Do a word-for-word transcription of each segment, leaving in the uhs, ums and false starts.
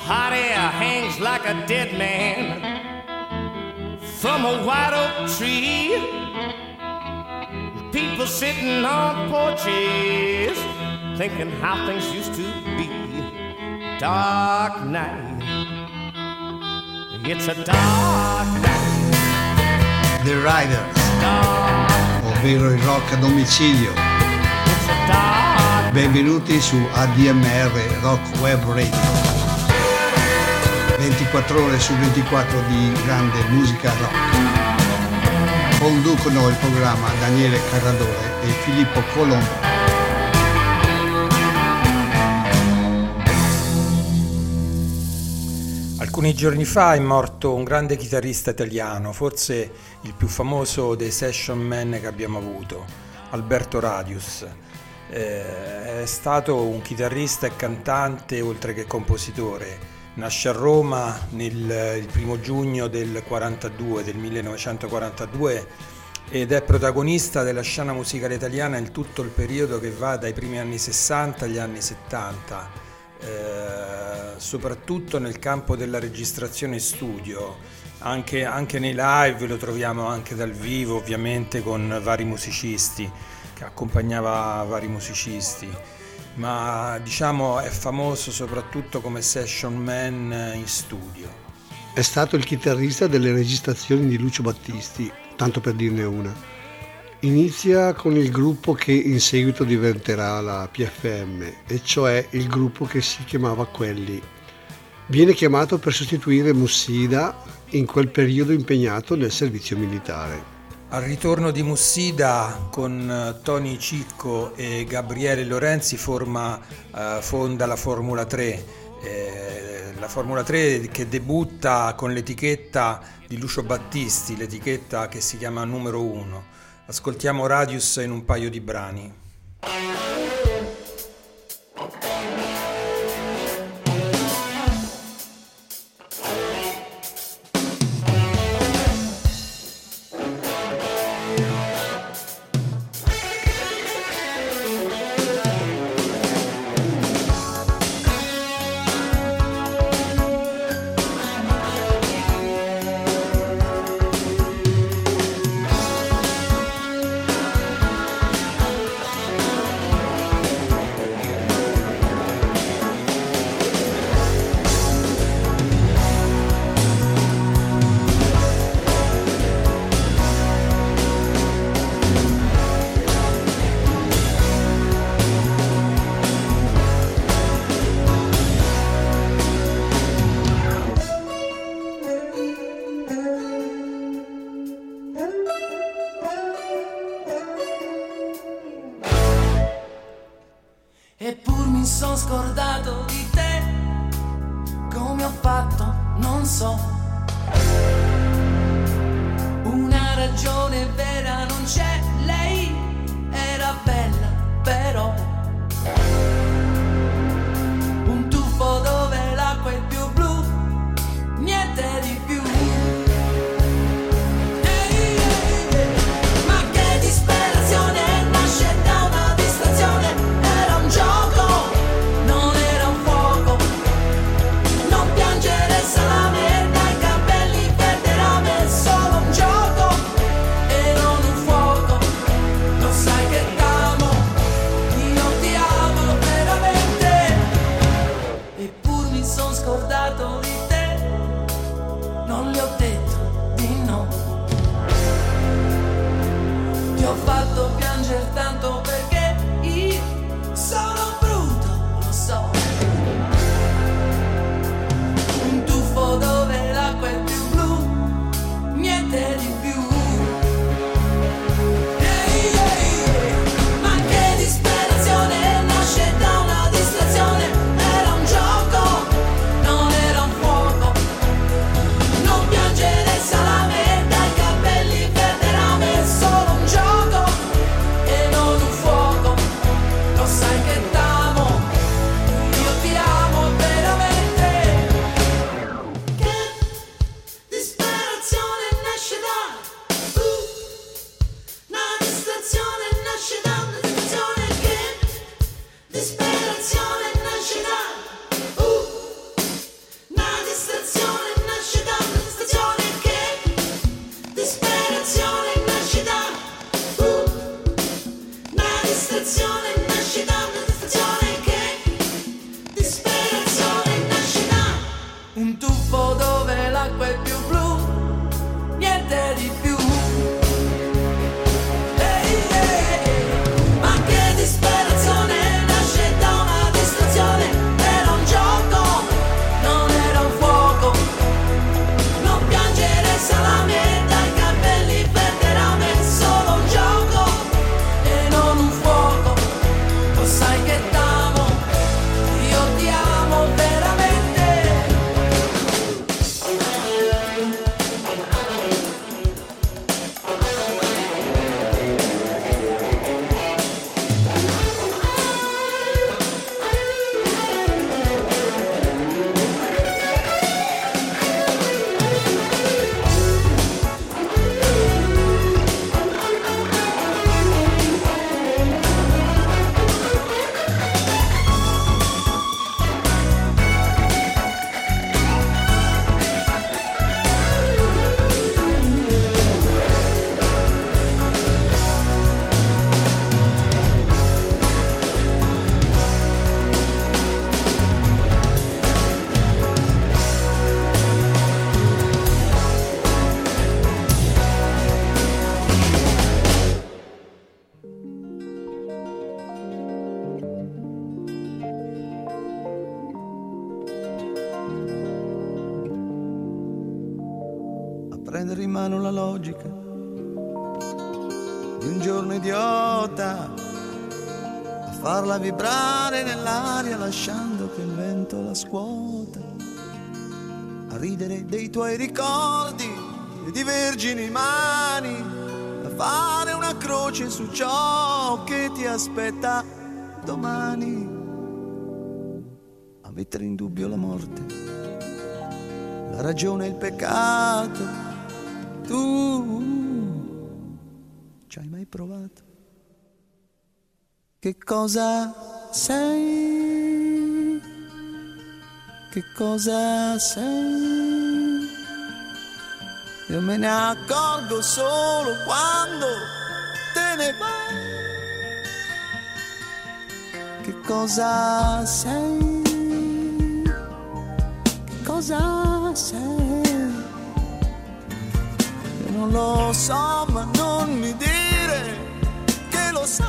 hot air hangs like a dead man from a white oak tree. People sitting on porches thinking how things used to be. Dark night, it's a dark night. The Riders, Dark, ovvero il rock a domicilio. it's a dark. Benvenuti su A D M R Rock Web Radio. ventiquattro ore su ventiquattro di grande musica rock. Conducono il programma Daniele Carradore e Filippo Colombo. Alcuni giorni fa è morto un grande chitarrista italiano, forse il più famoso dei session man che abbiamo avuto, Alberto Radius. Eh, è stato un chitarrista e cantante oltre che compositore. Nasce a Roma nel il primo giugno del quarantadue, del millenovecentoquarantadue, ed è protagonista della scena musicale italiana in tutto il periodo che va dai primi anni sessanta agli anni settanta, eh, soprattutto nel campo della registrazione studio. Anche, anche nei live lo troviamo anche dal vivo, ovviamente con vari musicisti, che accompagnava vari musicisti. Ma diciamo è famoso soprattutto come session man in studio. È stato il chitarrista delle registrazioni di Lucio Battisti, tanto per dirne una. Inizia con il gruppo che in seguito diventerà la P F M, e cioè il gruppo che si chiamava Quelli. Viene chiamato per sostituire Mussida, in quel periodo impegnato nel servizio militare. Al ritorno di Mussida, con Tony Cicco e Gabriele Lorenzi forma, eh, fonda la Formula tre, eh, la Formula tre che debutta con l'etichetta di Lucio Battisti, l'etichetta che si chiama Numero uno. Ascoltiamo Radius in un paio di brani. Eppur mi son scordato di te, come ho fatto non so. Una ragione vera non c'è, lei era bella però. Un tuffo dove l'acqua è più blu, niente di più. Ehi, ehi, ehi. Ma che disperazione nasce da una distrazione. Era un gioco, non era un fuoco. Non piangere salame, dai capelli verde rame. Solo un gioco e non un fuoco. Lo sai che t'amo, io ti amo veramente. Eppur mi son scordato di te, non le ho detto di no. Ti ho fatto piangere tanto perché io sono brutto, lo so. Un tuffo dove l'acqua è più blu, niente di più. Ehi, ehi, ehi. Ma che disperazione nasce da una distrazione. Era un gioco, non era un fuoco. Non piangere salame, dai capelli verde rame. Solo un gioco e non un prendere in mano la logica di un giorno idiota, a farla vibrare nell'aria lasciando che il vento la scuota, a ridere dei tuoi ricordi e di vergini mani, a fare una croce su ciò che ti aspetta domani, a mettere in dubbio la morte, la ragione e il peccato. Tu ci hai mai provato? Che cosa sei? Che cosa sei? Io me ne accorgo solo quando te ne vai. Che cosa sei? Che cosa sei? Io non lo so, ma non mi dire che lo sai.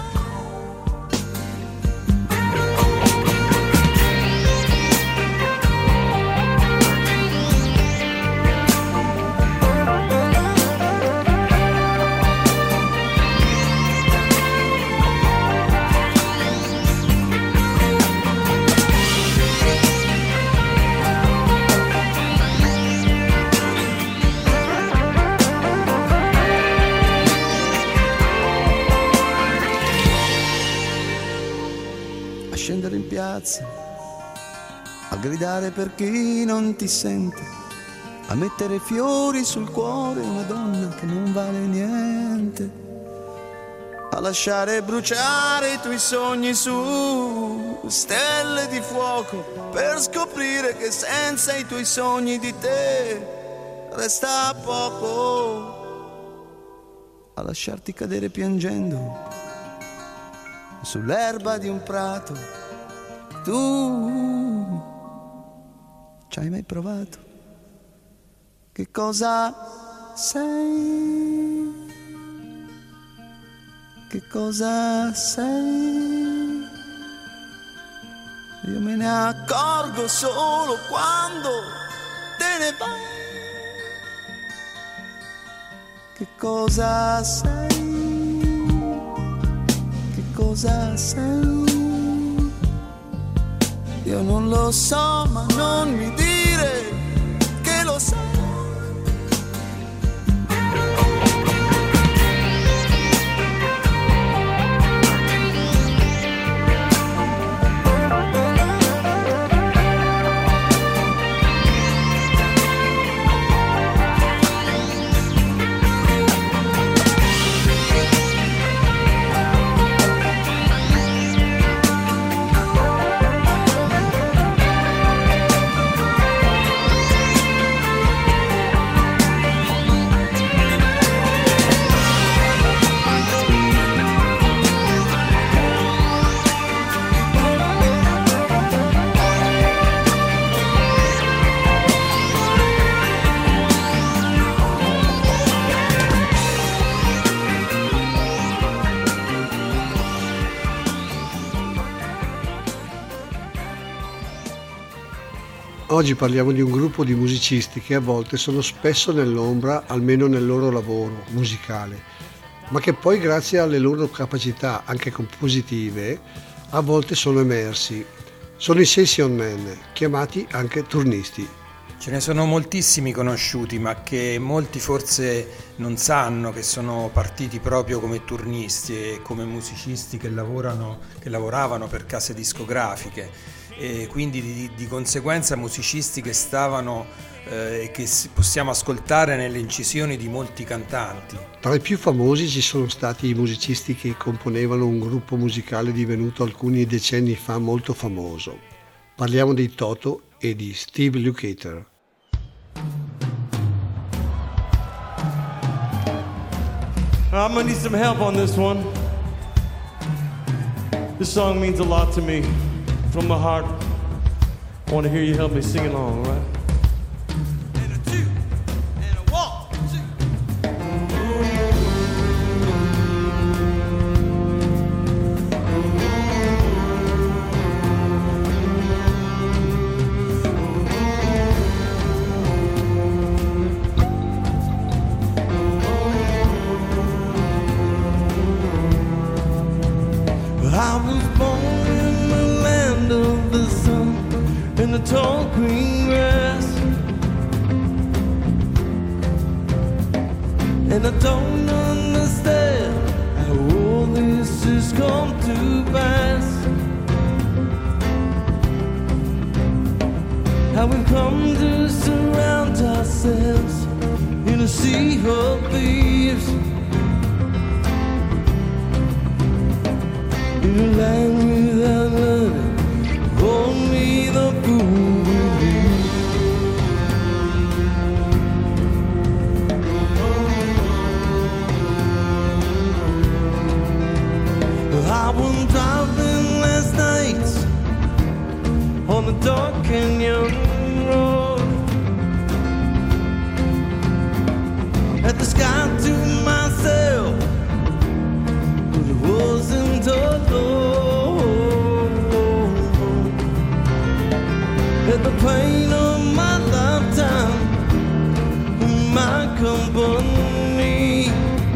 Scendere in piazza, a gridare per chi non ti sente, a mettere fiori sul cuore una donna che non vale niente, a lasciare bruciare i tuoi sogni su stelle di fuoco per scoprire che senza i tuoi sogni di te resta poco, a lasciarti cadere piangendo sull'erba di un prato. Tu ci hai mai provato? Che cosa sei? Che cosa sei? Io me ne accorgo solo quando te ne vai. Che cosa sei? Cosa sei? Io non lo so, ma non mi dire che lo sai. Oggi parliamo di un gruppo di musicisti che a volte sono spesso nell'ombra, almeno nel loro lavoro musicale, ma che poi grazie alle loro capacità anche compositive a volte sono emersi. Sono i Session Men, chiamati anche turnisti. Ce ne sono moltissimi conosciuti, ma che molti forse non sanno che sono partiti proprio come turnisti e come musicisti che lavorano, che lavoravano per case discografiche. E quindi di, di conseguenza musicisti che stavano e eh, che possiamo ascoltare nelle incisioni di molti cantanti. Tra i più famosi ci sono stati i musicisti che componevano un gruppo musicale divenuto alcuni decenni fa molto famoso. Parliamo di Toto e di Steve Lukather. I'm gonna need some help on this one. This song means a lot to me. From the heart, I want to hear you help me sing along, all right? And a two, and a one, two. And I don't understand how all this has come to pass. How we've come to surround ourselves in a sea of thieves, in a land without loving, only the fool believes. I was driving last night on the dark canyon road. Had the sky to myself, but it wasn't alone. Had the pain of my lifetime in my company.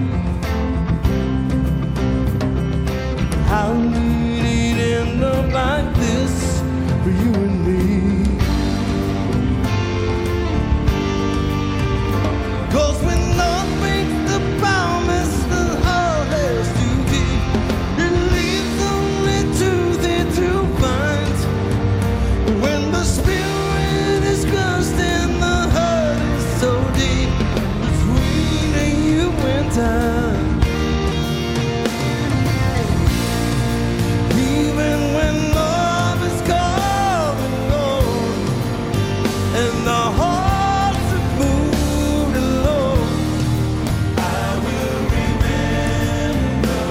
How did it end up like this for you and me? 'Cause when love makes the promise the heart has to keep, it leaves only truth there to find. When the spirit is cursed and the hurt is so deep, between you and time. Even when love is come and gone, and the hearts have moved alone, I will remember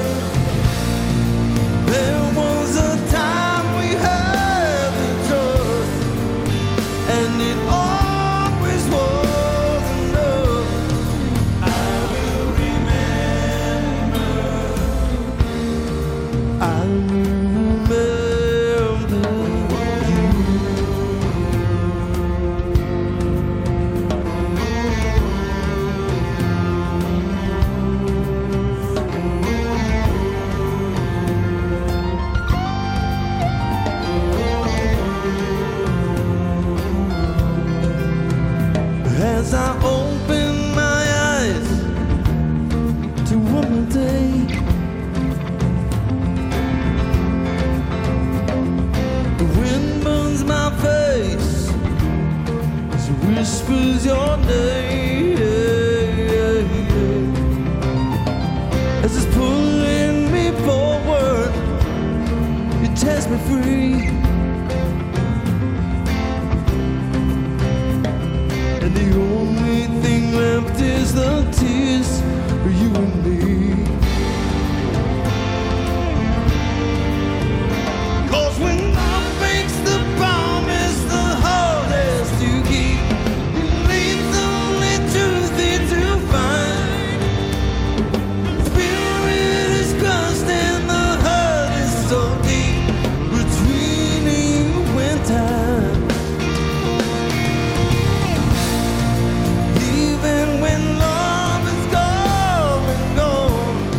there was a time we had the trust, and it always was enough. I will remember. I will remember you. As I open my eyes to one more day, the wind burns my face as it whispers your name, as it's pulling me forward, it tears me free. And the only thing left is the tears for you and me. 'Cause when love makes the promise the heart has to keep, it leaves only truth there to find. Spirit is crushed and the hurt is so deep, between you and time. Even when love is gone and gone,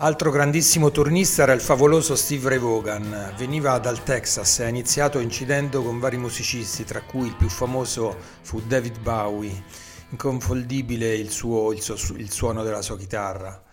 Altro grandissimo turnista era il favoloso Steve Ray Vaughan. Veniva dal Texas e ha iniziato incidendo con vari musicisti, tra cui il più famoso fu David Bowie. Inconfondibile il, suo, il, suo, il suono della sua chitarra.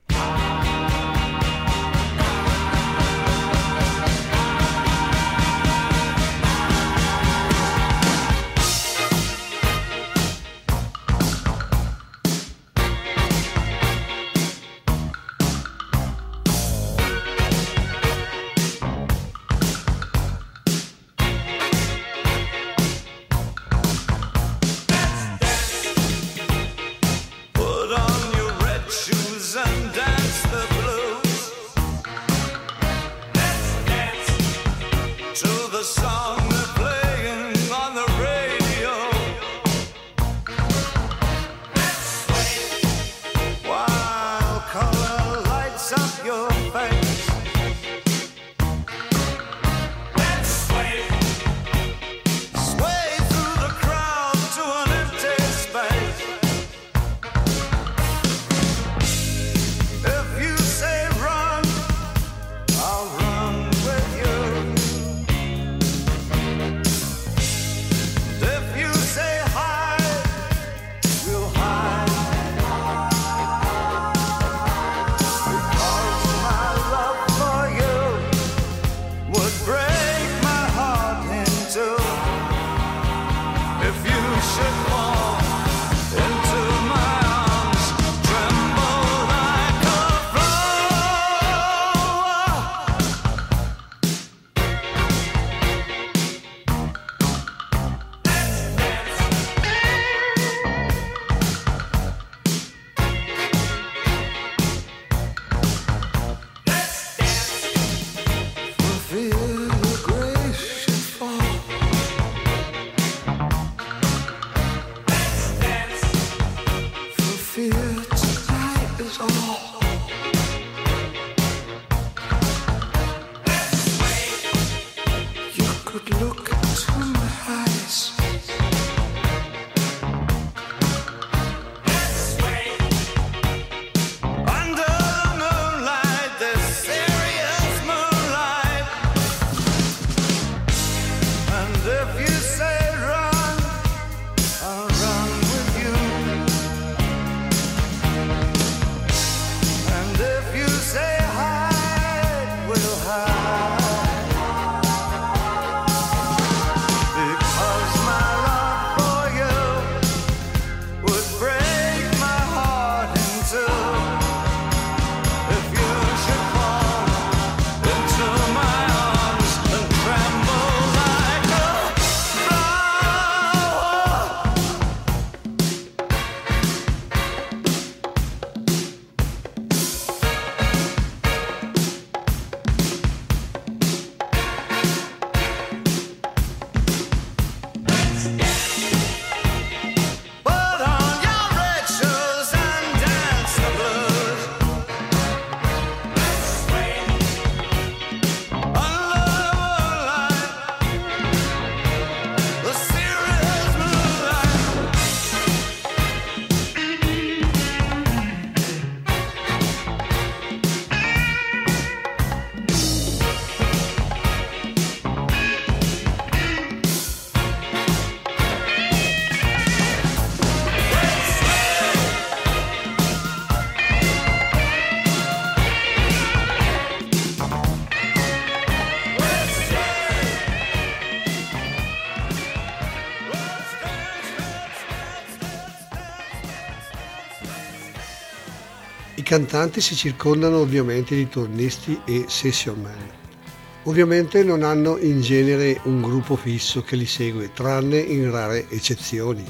I cantanti si circondano ovviamente di turnisti e session man. Ovviamente non hanno in genere un gruppo fisso che li segue, tranne in rare eccezioni.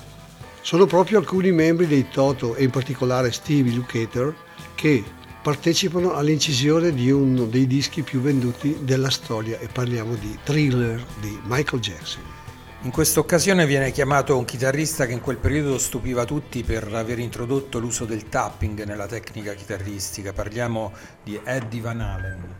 Sono proprio alcuni membri dei Toto e in particolare Stevie Lukather che partecipano all'incisione di uno dei dischi più venduti della storia e parliamo di Thriller di Michael Jackson. In questa occasione viene chiamato un chitarrista che in quel periodo stupiva tutti per aver introdotto l'uso del tapping nella tecnica chitarristica. Parliamo di Eddie Van Halen.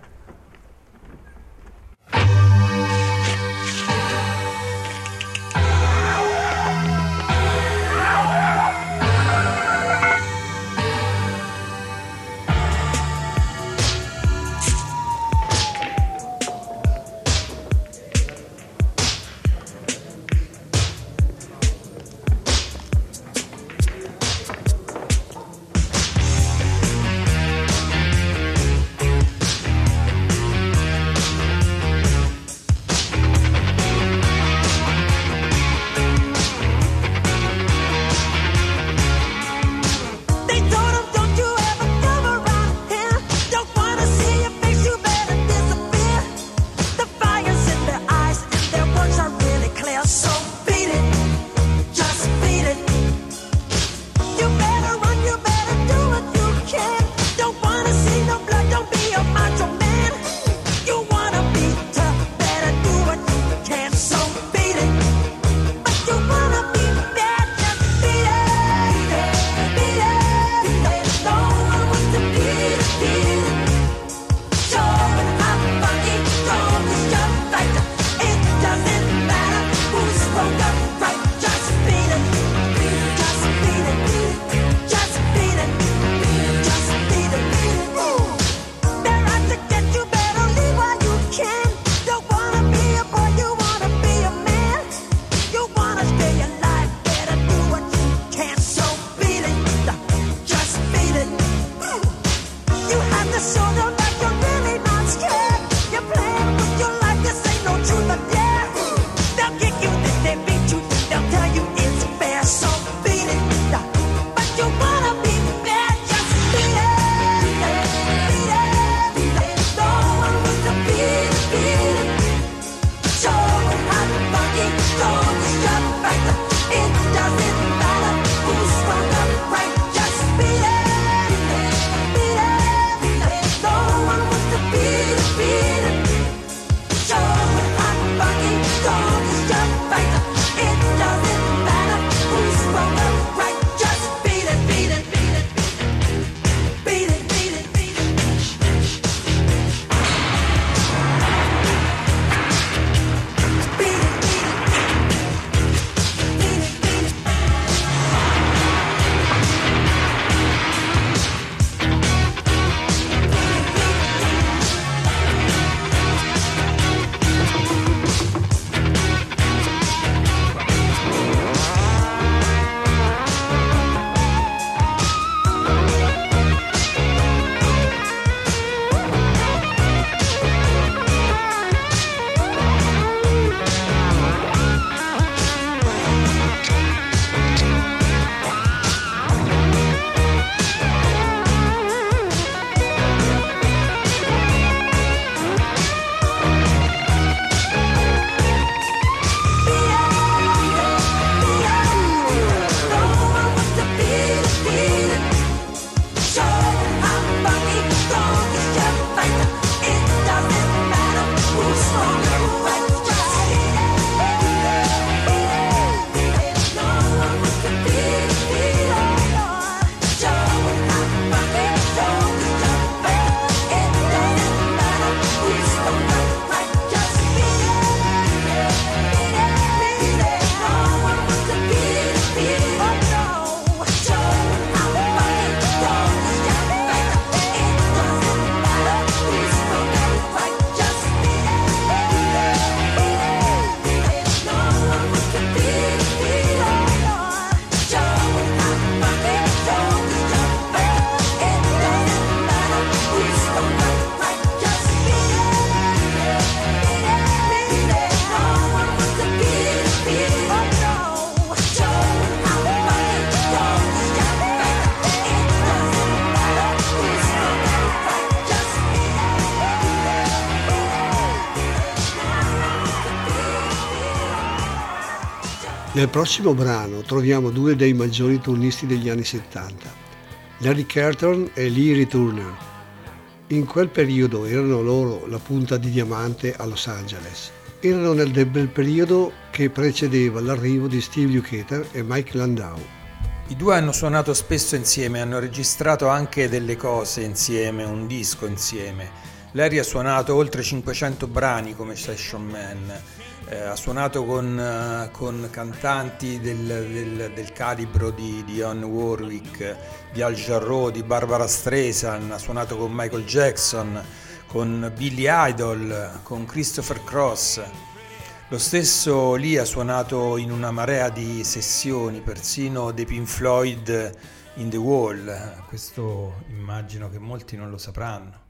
Nel prossimo brano troviamo due dei maggiori turnisti degli anni settanta, Larry Carlton e Lee Turner. In quel periodo erano loro la punta di diamante a Los Angeles. Erano nel bel periodo che precedeva l'arrivo di Steve Lukather e Mike Landau. I due hanno suonato spesso insieme, hanno registrato anche delle cose insieme, un disco insieme. Larry ha suonato oltre cinquecento brani come session man, eh, ha suonato con, uh, con cantanti del, del, del calibro di Dionne Warwick, di Al Jarreau, di Barbara Streisand, ha suonato con Michael Jackson, con Billy Idol, con Christopher Cross. Lo stesso Lee ha suonato in una marea di sessioni, persino dei Pink Floyd in The Wall. Questo immagino che molti non lo sapranno.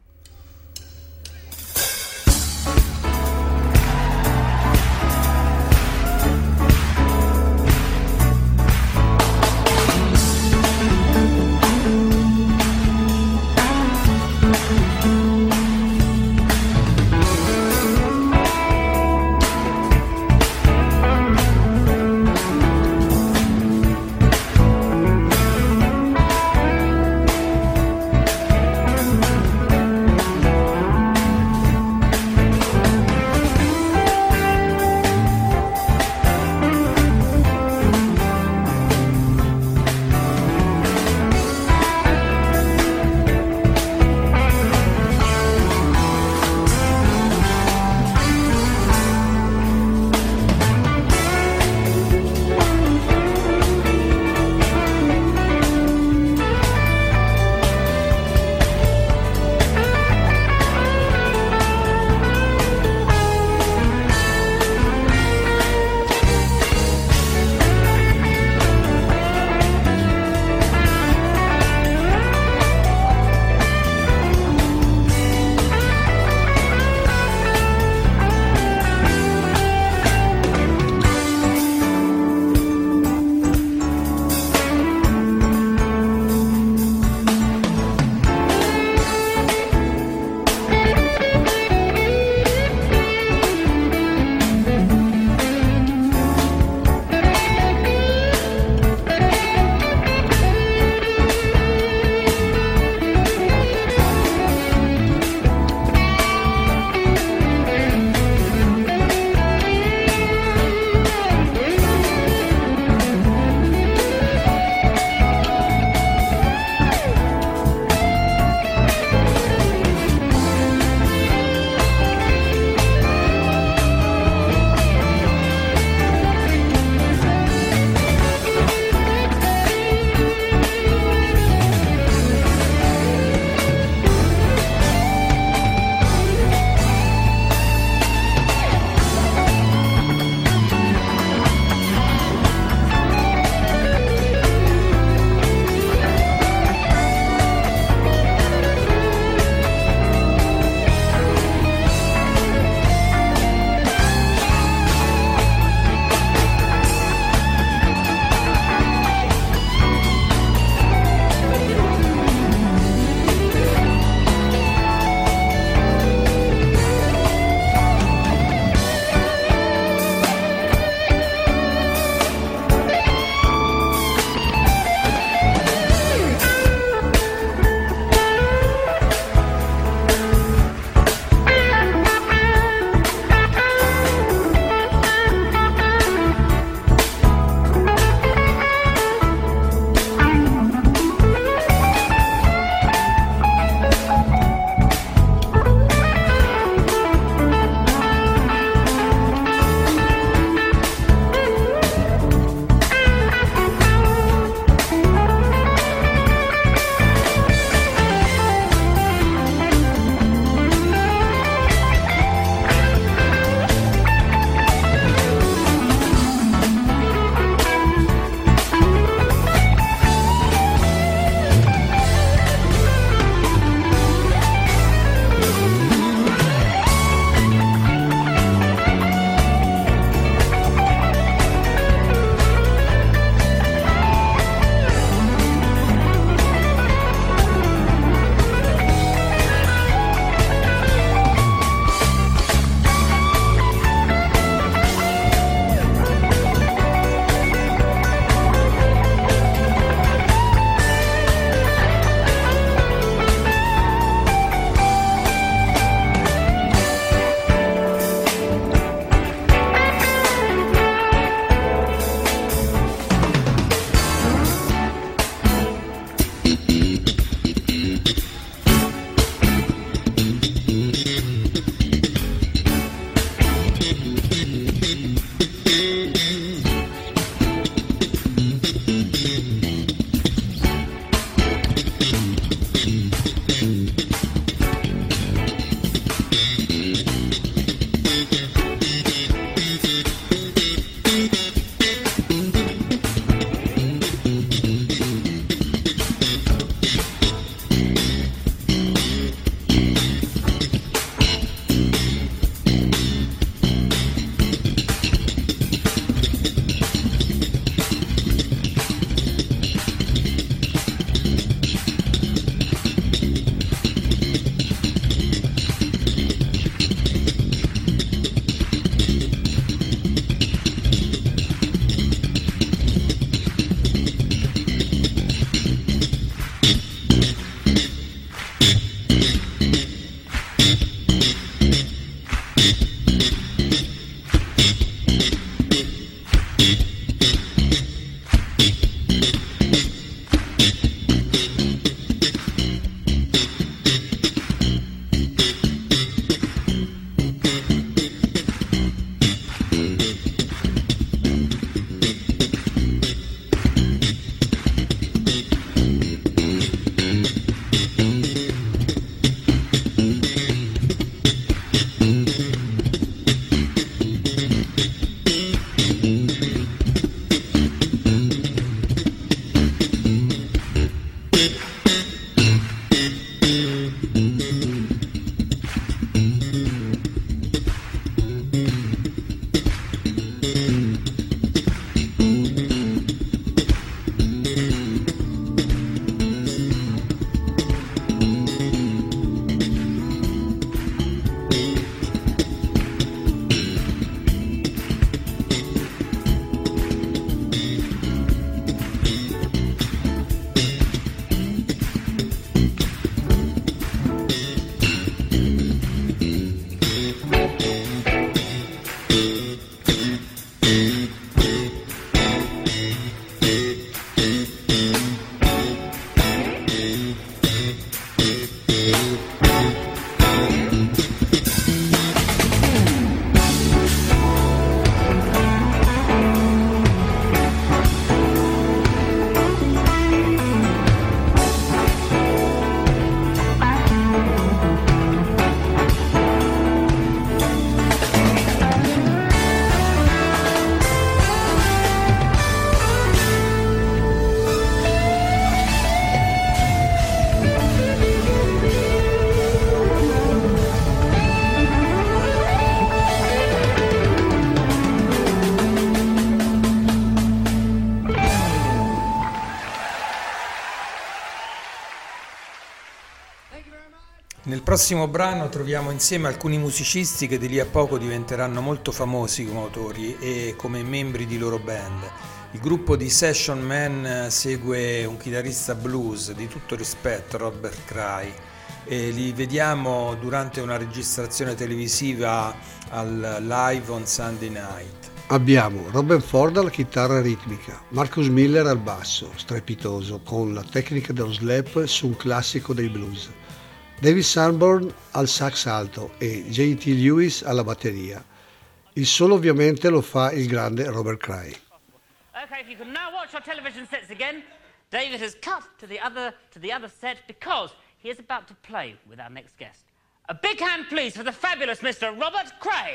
Nel prossimo brano troviamo insieme alcuni musicisti che di lì a poco diventeranno molto famosi come autori e come membri di loro band. Il gruppo di Session Man segue un chitarrista blues di tutto rispetto, Robert Cray, e li vediamo durante una registrazione televisiva al Live on Sunday Night. Abbiamo Robben Ford alla chitarra ritmica, Marcus Miller al basso, strepitoso, con la tecnica dello slap su un classico dei blues, David Sanborn al sax alto e J T Lewis alla batteria. Il solo ovviamente lo fa il grande Robert Cray. Okay, if you can now watch our television sets again, David has cut to the other to the other set because he is about to play with our next guest. A big hand, please, for the fabulous Mister Robert Cray.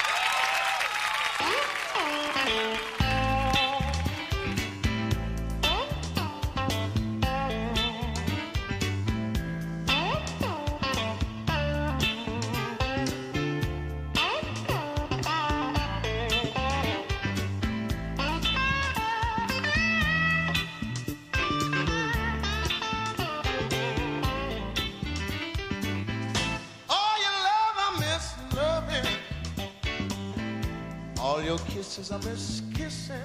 All your kisses I miss kissing.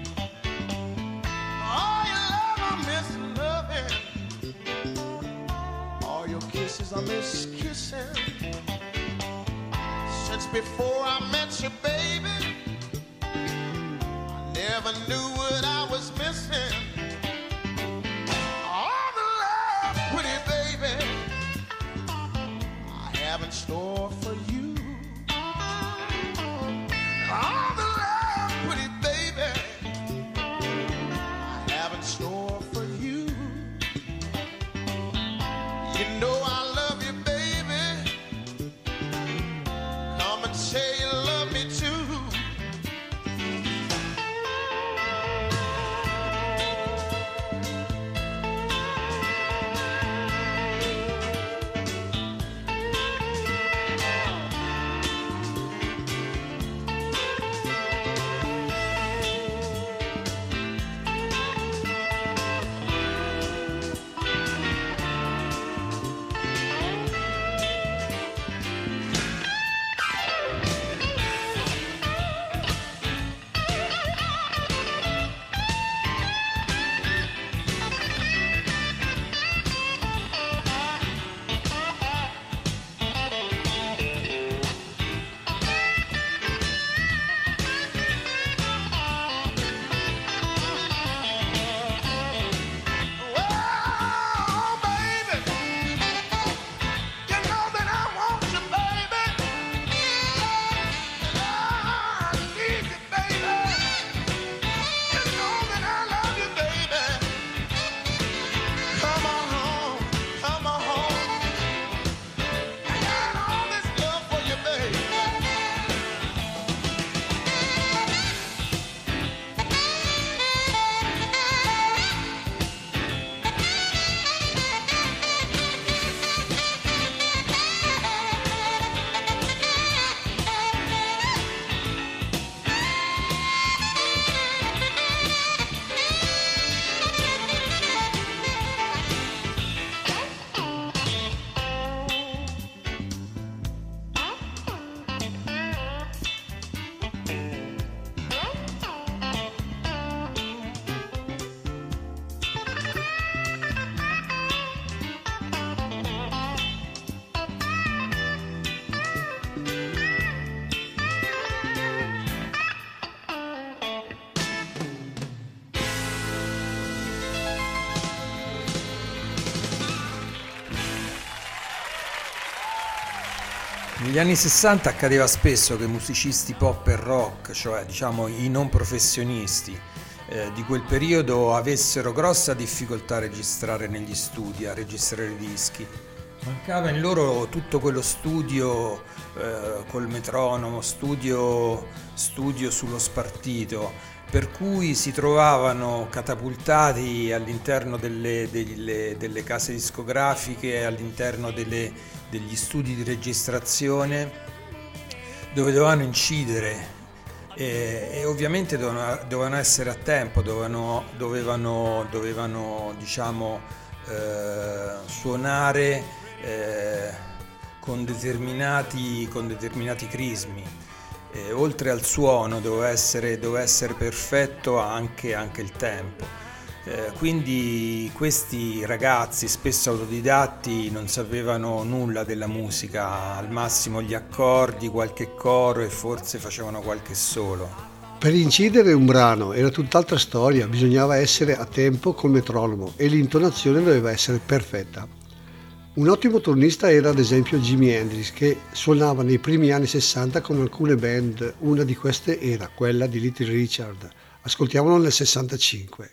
All your love I miss loving. All your kisses I miss kissing. Since before I met you, baby, I never knew what I was missing. All the love, pretty baby, I have in store for you. All the love, pretty baby, I have in store for you. You know I love you, baby. Come and say you love me too. Negli anni sessanta accadeva spesso che musicisti pop e rock, cioè diciamo i non professionisti eh, di quel periodo, avessero grossa difficoltà a registrare negli studi, a registrare dischi. Mancava in loro tutto quello studio eh, col metronomo, studio, studio sullo spartito, per cui si trovavano catapultati all'interno delle, delle, delle case discografiche, all'interno delle, degli studi di registrazione, dove dovevano incidere e, e ovviamente dovevano, dovevano essere a tempo, dovevano, dovevano, dovevano diciamo, eh, suonare eh, con determinati, con determinati crismi. Eh, oltre al suono doveva essere, doveva essere perfetto anche, anche il tempo. Eh, quindi questi ragazzi, spesso autodidatti, non sapevano nulla della musica, al massimo gli accordi, qualche coro e forse facevano qualche solo. Per incidere un brano era tutt'altra storia, bisognava essere a tempo col metronomo e l'intonazione doveva essere perfetta. Un ottimo turnista era ad esempio Jimi Hendrix, che suonava nei primi anni sessanta con alcune band, una di queste era quella di Little Richard. Ascoltiamolo nel sessantacinque.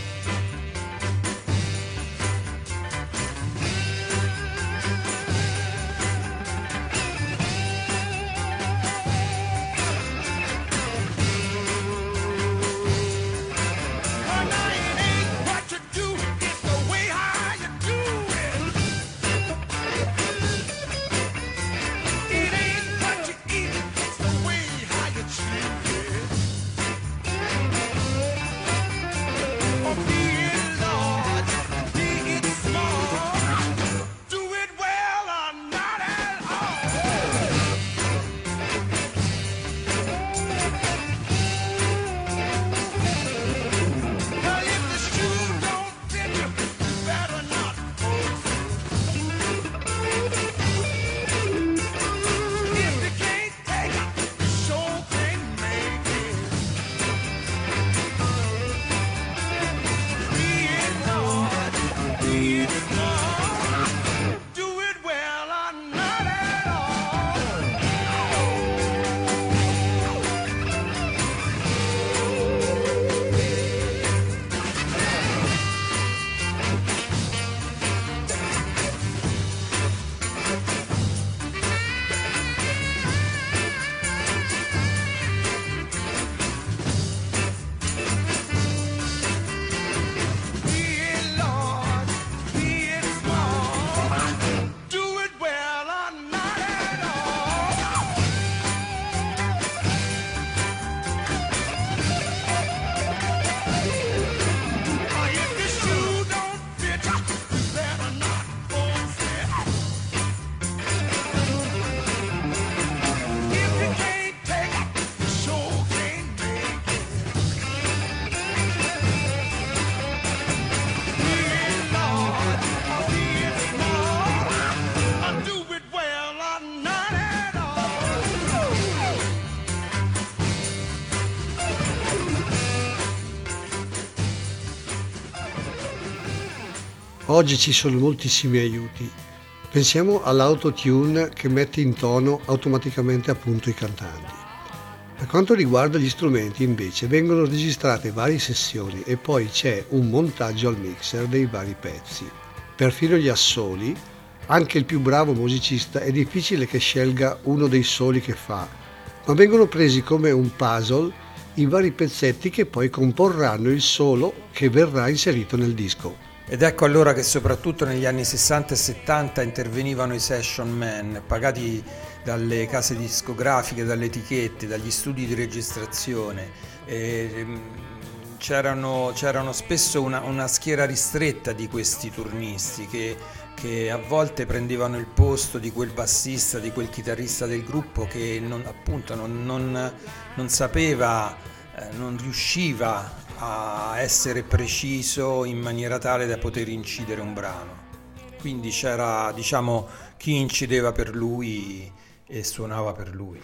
Oggi ci sono moltissimi aiuti. Pensiamo all'autotune che mette in tono automaticamente appunto i cantanti. Per quanto riguarda gli strumenti invece vengono registrate varie sessioni e poi c'è un montaggio al mixer dei vari pezzi. Perfino gli assoli, anche il più bravo musicista è difficile che scelga uno dei soli che fa, ma vengono presi come un puzzle i vari pezzetti che poi comporranno il solo che verrà inserito nel disco. Ed ecco allora che soprattutto negli anni sessanta e settanta intervenivano i session man, pagati dalle case discografiche, dalle etichette, dagli studi di registrazione. E c'erano, c'erano spesso una, una schiera ristretta di questi turnisti che, che a volte prendevano il posto di quel bassista, di quel chitarrista del gruppo che non, appunto non, non, non sapeva, eh, non riusciva a essere preciso in maniera tale da poter incidere un brano. Quindi c'era, diciamo, chi incideva per lui e suonava per lui.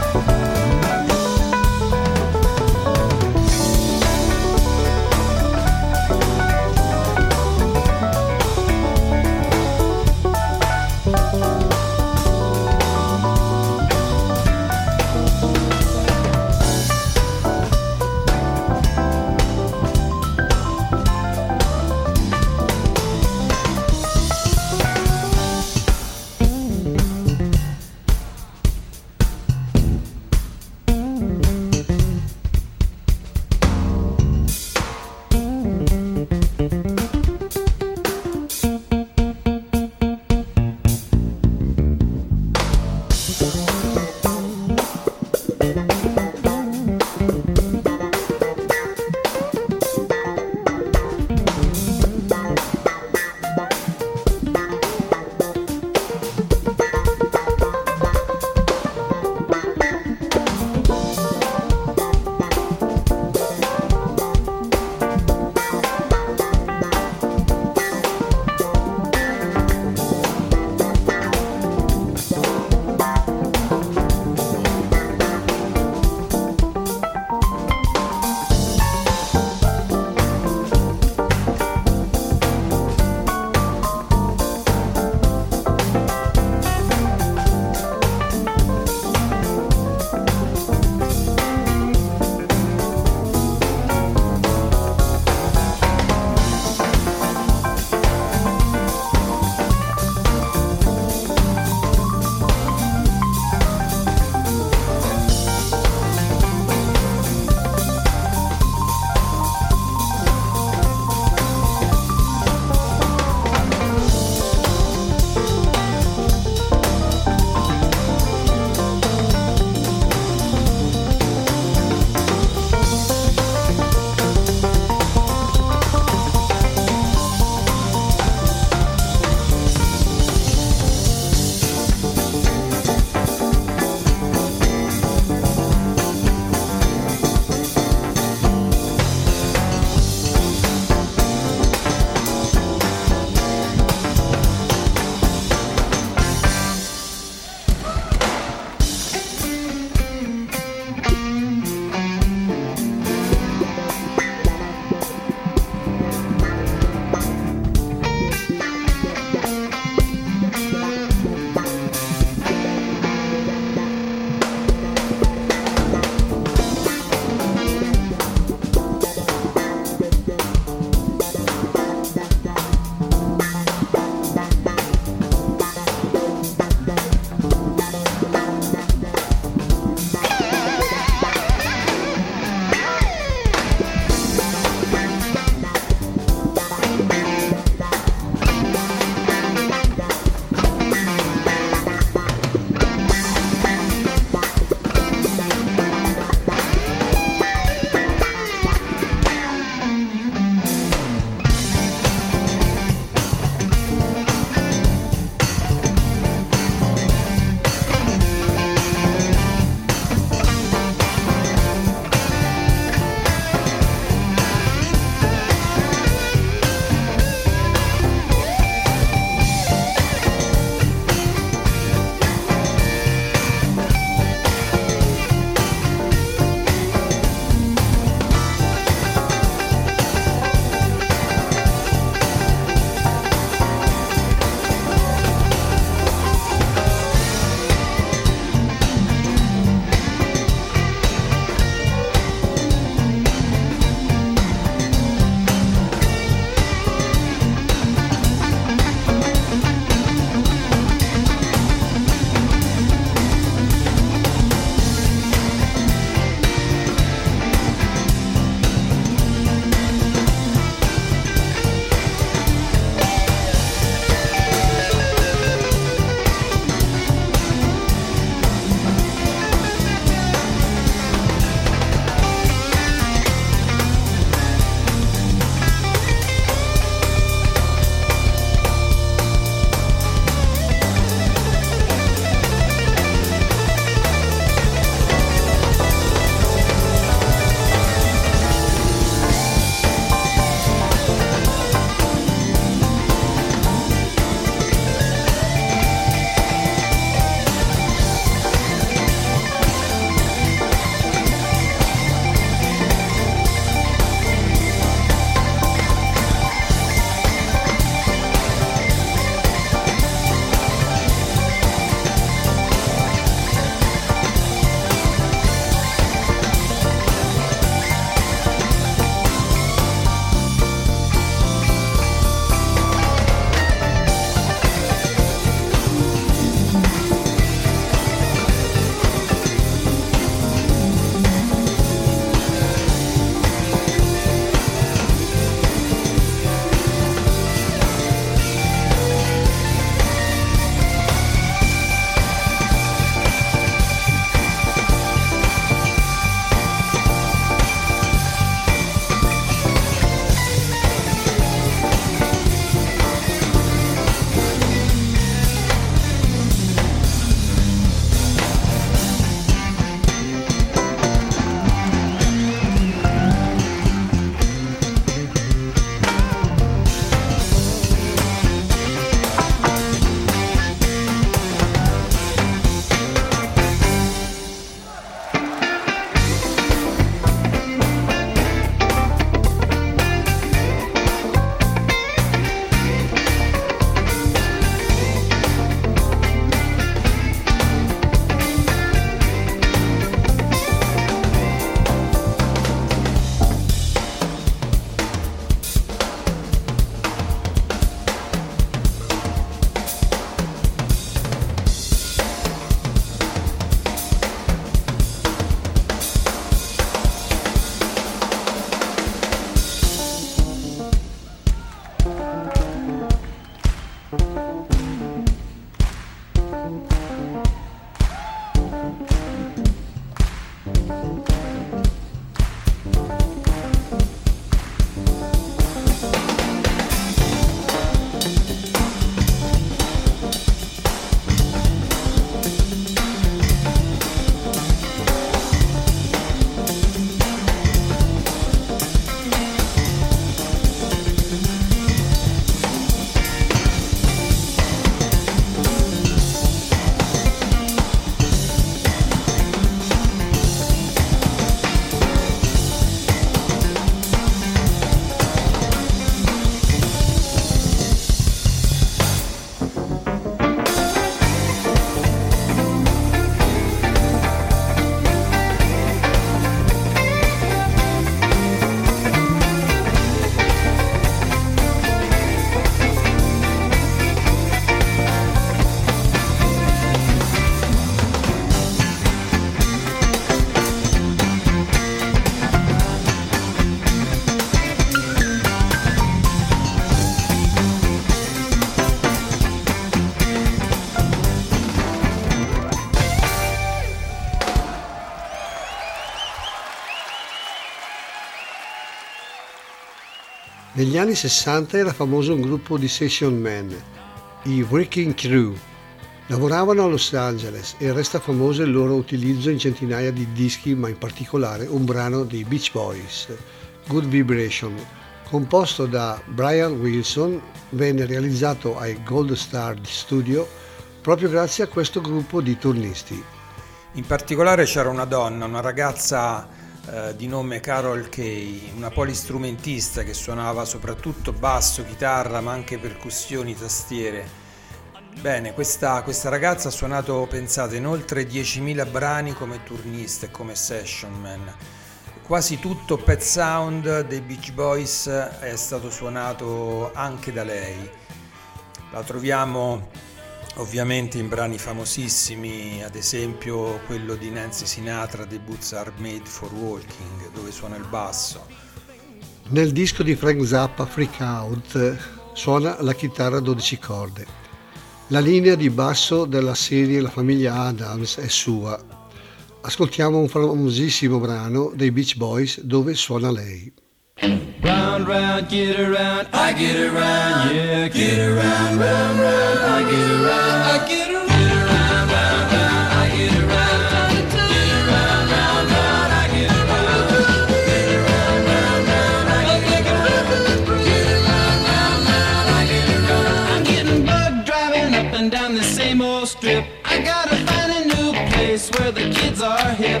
Negli anni sessanta era famoso un gruppo di session men, i Wrecking Crew. Lavoravano a Los Angeles e resta famoso il loro utilizzo in centinaia di dischi, ma in particolare un brano dei Beach Boys, Good Vibration, composto da Brian Wilson, venne realizzato ai Gold Star Studio proprio grazie a questo gruppo di turnisti. In particolare c'era una donna, una ragazza eh, di nome Carol Kay, una polistrumentista che suonava soprattutto basso, chitarra, ma anche percussioni, tastiere. Bene, questa, questa ragazza ha suonato, pensate, in oltre diecimila brani come turnista e come session man. Quasi tutto Pet Sound dei Beach Boys è stato suonato anche da lei. La troviamo ovviamente in brani famosissimi, ad esempio quello di Nancy Sinatra, The Boots Are Made for Walking, dove suona il basso. Nel disco di Frank Zappa, Freak Out, suona la chitarra a dodici corde. La linea di basso della serie La famiglia Adams è sua. Ascoltiamo un famosissimo brano dei Beach Boys dove suona lei. Round, round, get around, I get around, yeah, get around, round, round, I get around, I get around, round, round, round, I get around, get around, round, round, I get around, get around, round, round, I get around, get around, round, round, I get around. I'm getting bug driving up and down the same old strip. I gotta find a new place where the kids are hip.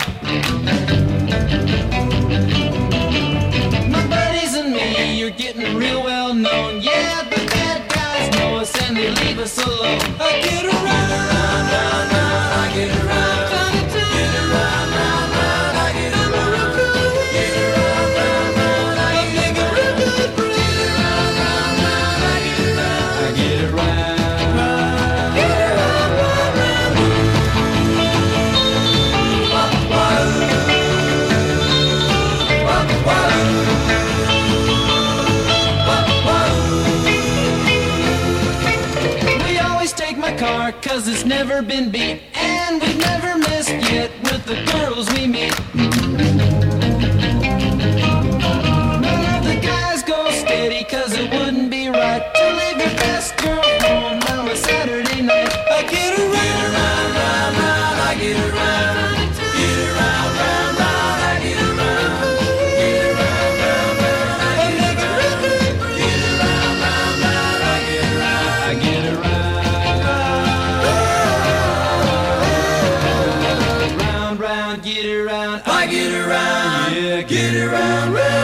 You're getting real well known, yeah, the bad guys know us and they leave us alone. I get around, round, round, round, I get around, get around, round, round, I get around, get around, round, round, I get around, get around, round, round, I get around, I get around, get around, round, round, wah, wah, wah. Car, cause it's never been beat, and we've never missed yet with the girls we meet. None of the guys go steady, cause it wouldn't be right to leave your best girl home on a Saturday night. I get around, round, round, round, I get around, get around, round, round, I get around, get around, round, round, I get around, get around, round, round, I get around, I get around. Get around, I get around, yeah, get around, round.